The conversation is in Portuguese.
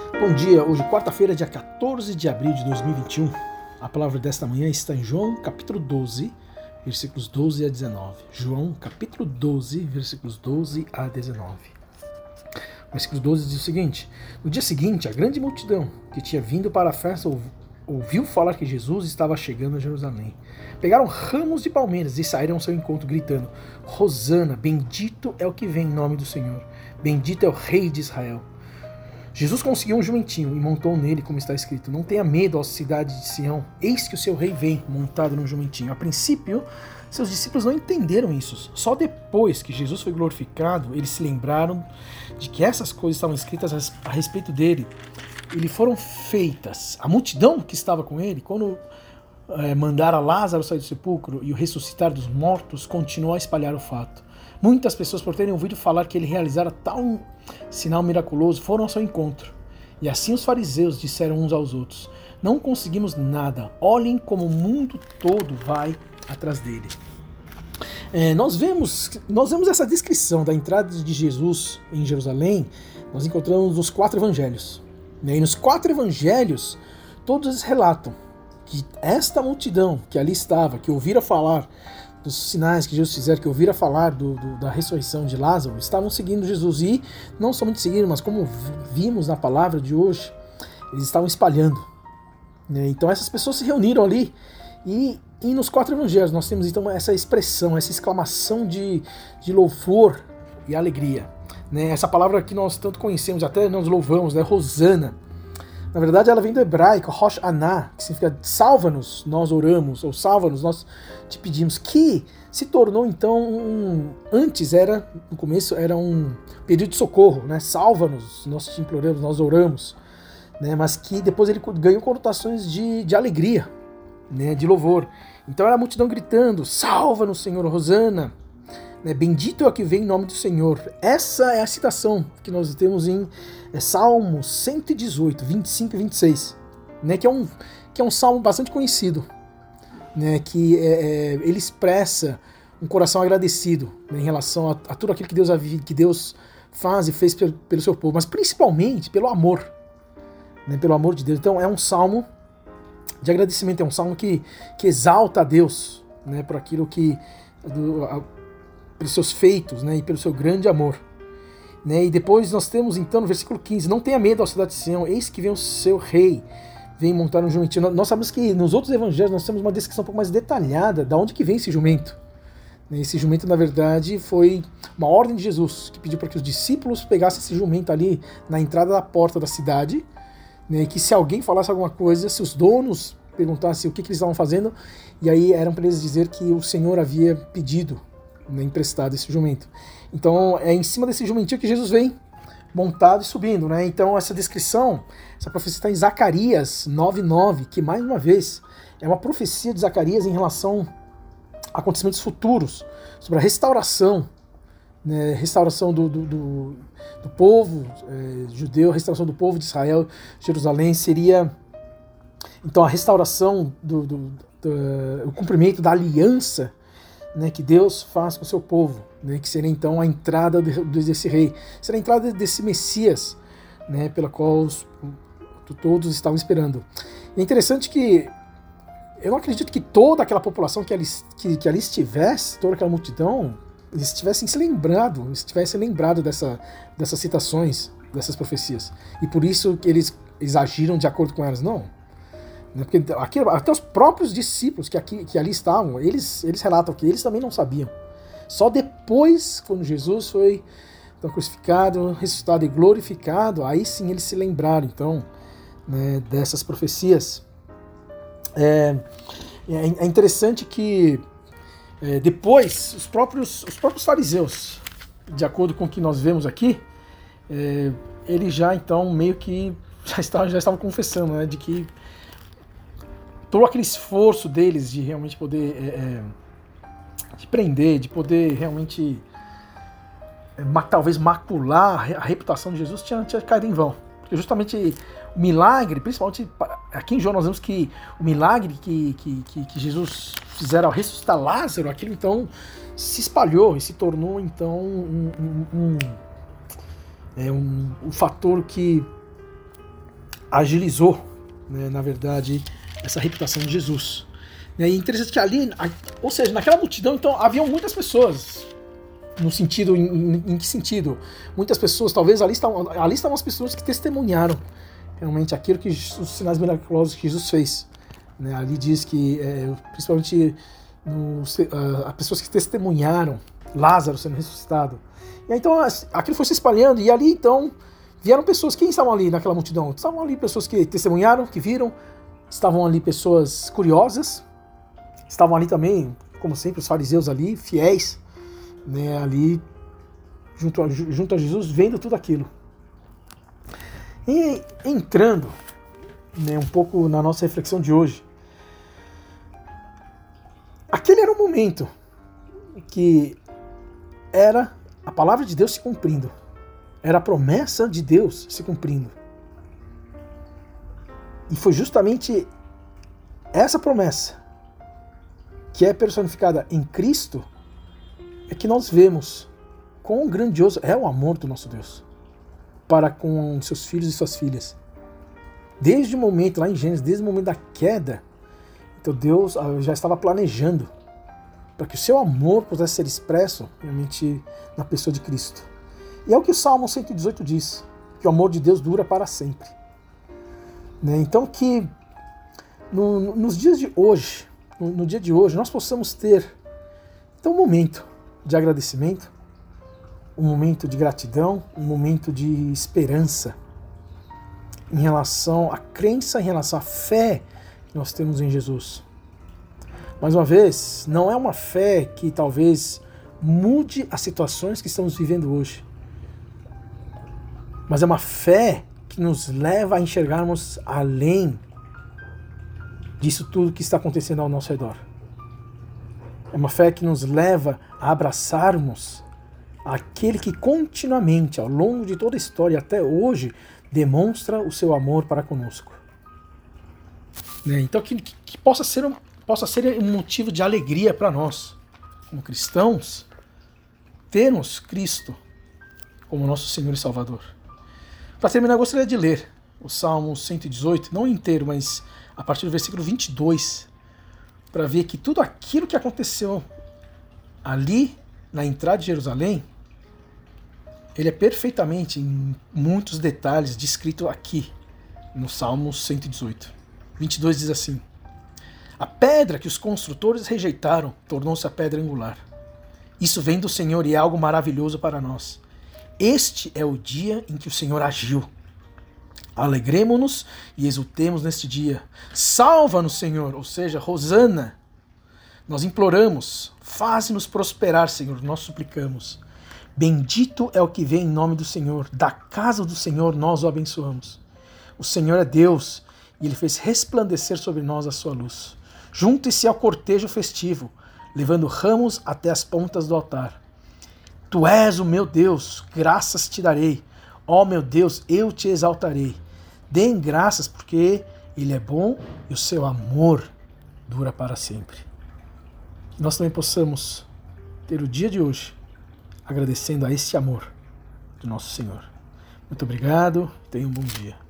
Bom dia, hoje quarta-feira, dia 14 de abril de 2021. A palavra desta manhã está em João, capítulo 12, versículos 12 a 19. João, capítulo 12, versículos 12 a 19. O versículo 12 diz o seguinte: No dia seguinte, a grande multidão que tinha vindo para a festa ouviu falar que Jesus estava chegando a Jerusalém. Pegaram ramos de palmeiras e saíram ao seu encontro, gritando: Hosana, bendito é o que vem em nome do Senhor, bendito é o Rei de Israel. Jesus conseguiu um jumentinho e montou nele, como está escrito: Não tenha medo, ó cidade de Sião, eis que o seu rei vem montado num jumentinho. A princípio, seus discípulos não entenderam isso. Só depois que Jesus foi glorificado, eles se lembraram de que essas coisas estavam escritas a respeito dele. E foram feitas. A multidão que estava com ele, quando mandara Lázaro sair do sepulcro e o ressuscitar dos mortos, continuou a espalhar o fato. Muitas pessoas, por terem ouvido falar que ele realizara tal sinal miraculoso, foram ao seu encontro. E assim os fariseus disseram uns aos outros: Não conseguimos nada, olhem como o mundo todo vai atrás dele. Nós vemos essa descrição da entrada de Jesus em Jerusalém, nós encontramos nos 4 evangelhos. E nos 4 evangelhos, todos eles relatam que esta multidão que ali estava, que ouvira falar dos sinais que Jesus fizeram, que ouvira falar da ressurreição de Lázaro, estavam seguindo Jesus. E não somente seguindo, mas como vimos na palavra de hoje, eles estavam espalhando. Então essas pessoas se reuniram ali. E nos 4 evangelhos nós temos então essa expressão, essa exclamação de louvor e alegria. Essa palavra que nós tanto conhecemos, até nós louvamos, Hosana. Na verdade, ela vem do hebraico, Rosh Aná, que significa salva-nos, nós oramos, ou salva-nos, nós te pedimos, que se tornou então, antes no começo era um pedido de socorro, salva-nos, nós te imploramos, nós oramos, mas que depois ele ganhou conotações de alegria, de louvor. Então era a multidão gritando: salva-nos, Senhor, Hosana. Bendito é o que vem em nome do Senhor. Essa é a citação que nós temos em Salmo 118, 25 e 26, que é um salmo bastante conhecido, que ele expressa um coração agradecido em relação a tudo aquilo que Deus faz e fez pelo seu povo, mas principalmente pelo amor, pelo amor de Deus. Então é um salmo de agradecimento, é um salmo que exalta a Deus, por aquilo pelos seus feitos, e pelo seu grande amor. E depois nós temos então no versículo 15: Não tenha medo, ó cidade de Sião, eis que vem o seu rei, vem montar um jumentinho. Nós sabemos que nos outros evangelhos nós temos uma descrição um pouco mais detalhada de onde que vem esse jumento. Esse jumento, na verdade, foi uma ordem de Jesus, que pediu para que os discípulos pegassem esse jumento ali na entrada da porta da cidade, e que se alguém falasse alguma coisa, se os donos perguntassem o que eles estavam fazendo, e aí eram para eles dizer que o Senhor havia pedido emprestado esse jumento. Então é em cima desse jumentinho que Jesus vem montado e subindo. Então essa descrição, essa profecia está em Zacarias 9:9, que mais uma vez é uma profecia de Zacarias em relação a acontecimentos futuros, sobre a restauração, restauração do povo judeu, a restauração do povo de Israel. Jerusalém seria então a restauração o cumprimento da aliança que Deus faz com o seu povo, que seria então a entrada desse rei, seria a entrada desse Messias, pela qual todos estavam esperando. E é interessante que eu não acredito que toda aquela população que ali estivesse, toda aquela multidão, eles tivessem lembrado dessas citações, dessas profecias, e por isso que eles agiram de acordo com elas. Não. Porque até os próprios discípulos que ali estavam, eles relatam que eles também não sabiam. Só depois, quando Jesus foi então crucificado, ressuscitado e glorificado, aí sim eles se lembraram então dessas profecias. É interessante que depois os próprios fariseus, de acordo com o que nós vemos aqui, eles já então meio que já estavam confessando, de que todo aquele esforço deles de realmente poder de prender, de poder realmente talvez macular a reputação de Jesus tinha caído em vão. Porque justamente o milagre, principalmente aqui em João nós vemos que o milagre que Jesus fizeram ao ressuscitar Lázaro, aquilo então se espalhou e se tornou então um fator que agilizou, né, na verdade, essa reputação de Jesus. E é interessante que ali, ou seja, naquela multidão, então, haviam muitas pessoas. No sentido, em que sentido? Muitas pessoas, talvez ali estavam as pessoas que testemunharam realmente aquilo que os sinais miraculosos que Jesus fez. Né? Ali diz que, principalmente, as pessoas que testemunharam Lázaro sendo ressuscitado. E aí, então, aquilo foi se espalhando, e ali, então, vieram pessoas. Quem estavam ali naquela multidão? Estavam ali pessoas que testemunharam, que viram, estavam ali pessoas curiosas, estavam ali também, como sempre, os fariseus ali, fiéis, né, ali junto a Jesus, vendo tudo aquilo. E entrando, né, um pouco na nossa reflexão de hoje, aquele era o momento que era a palavra de Deus se cumprindo, era a promessa de Deus se cumprindo. E foi justamente essa promessa, que é personificada em Cristo, é que nós vemos quão grandioso é o amor do nosso Deus para com seus filhos e suas filhas. Desde o momento, lá em Gênesis, desde o momento da queda, então Deus já estava planejando para que o seu amor pudesse ser expresso realmente na pessoa de Cristo. E é o que o Salmo 118 diz, que o amor de Deus dura para sempre. Né? Então que nos dias de hoje, no dia de hoje, nós possamos ter então, um momento de agradecimento, um momento de gratidão, um momento de esperança em relação à crença, em relação à fé que nós temos em Jesus. Mais uma vez, não é uma fé que talvez mude as situações que estamos vivendo hoje, mas é uma fé que nos leva a enxergarmos além disso tudo que está acontecendo ao nosso redor. É uma fé que nos leva a abraçarmos aquele que continuamente, ao longo de toda a história até hoje, demonstra o seu amor para conosco. Né? Então que possa ser um motivo de alegria para nós, como cristãos, termos Cristo como nosso Senhor e Salvador. Para terminar, eu gostaria de ler o Salmo 118, não inteiro, mas a partir do versículo 22, para ver que tudo aquilo que aconteceu ali, na entrada de Jerusalém, ele é perfeitamente, em muitos detalhes, descrito aqui, no Salmo 118. 22 diz assim: a pedra que os construtores rejeitaram tornou-se a pedra angular. Isso vem do Senhor e é algo maravilhoso para nós. Este é o dia em que o Senhor agiu. Alegremo-nos e exultemos neste dia. Salva-nos, Senhor, ou seja, Hosana. Nós imploramos, faze-nos prosperar, Senhor, nós suplicamos. Bendito é o que vem em nome do Senhor, da casa do Senhor nós o abençoamos. O Senhor é Deus e Ele fez resplandecer sobre nós a sua luz. Junte-se ao cortejo festivo, levando ramos até as pontas do altar. Tu és o meu Deus, graças te darei. Ó meu Deus, eu te exaltarei. Deem graças porque Ele é bom e o seu amor dura para sempre. Que nós também possamos ter o dia de hoje agradecendo a esse amor do nosso Senhor. Muito obrigado, tenha um bom dia.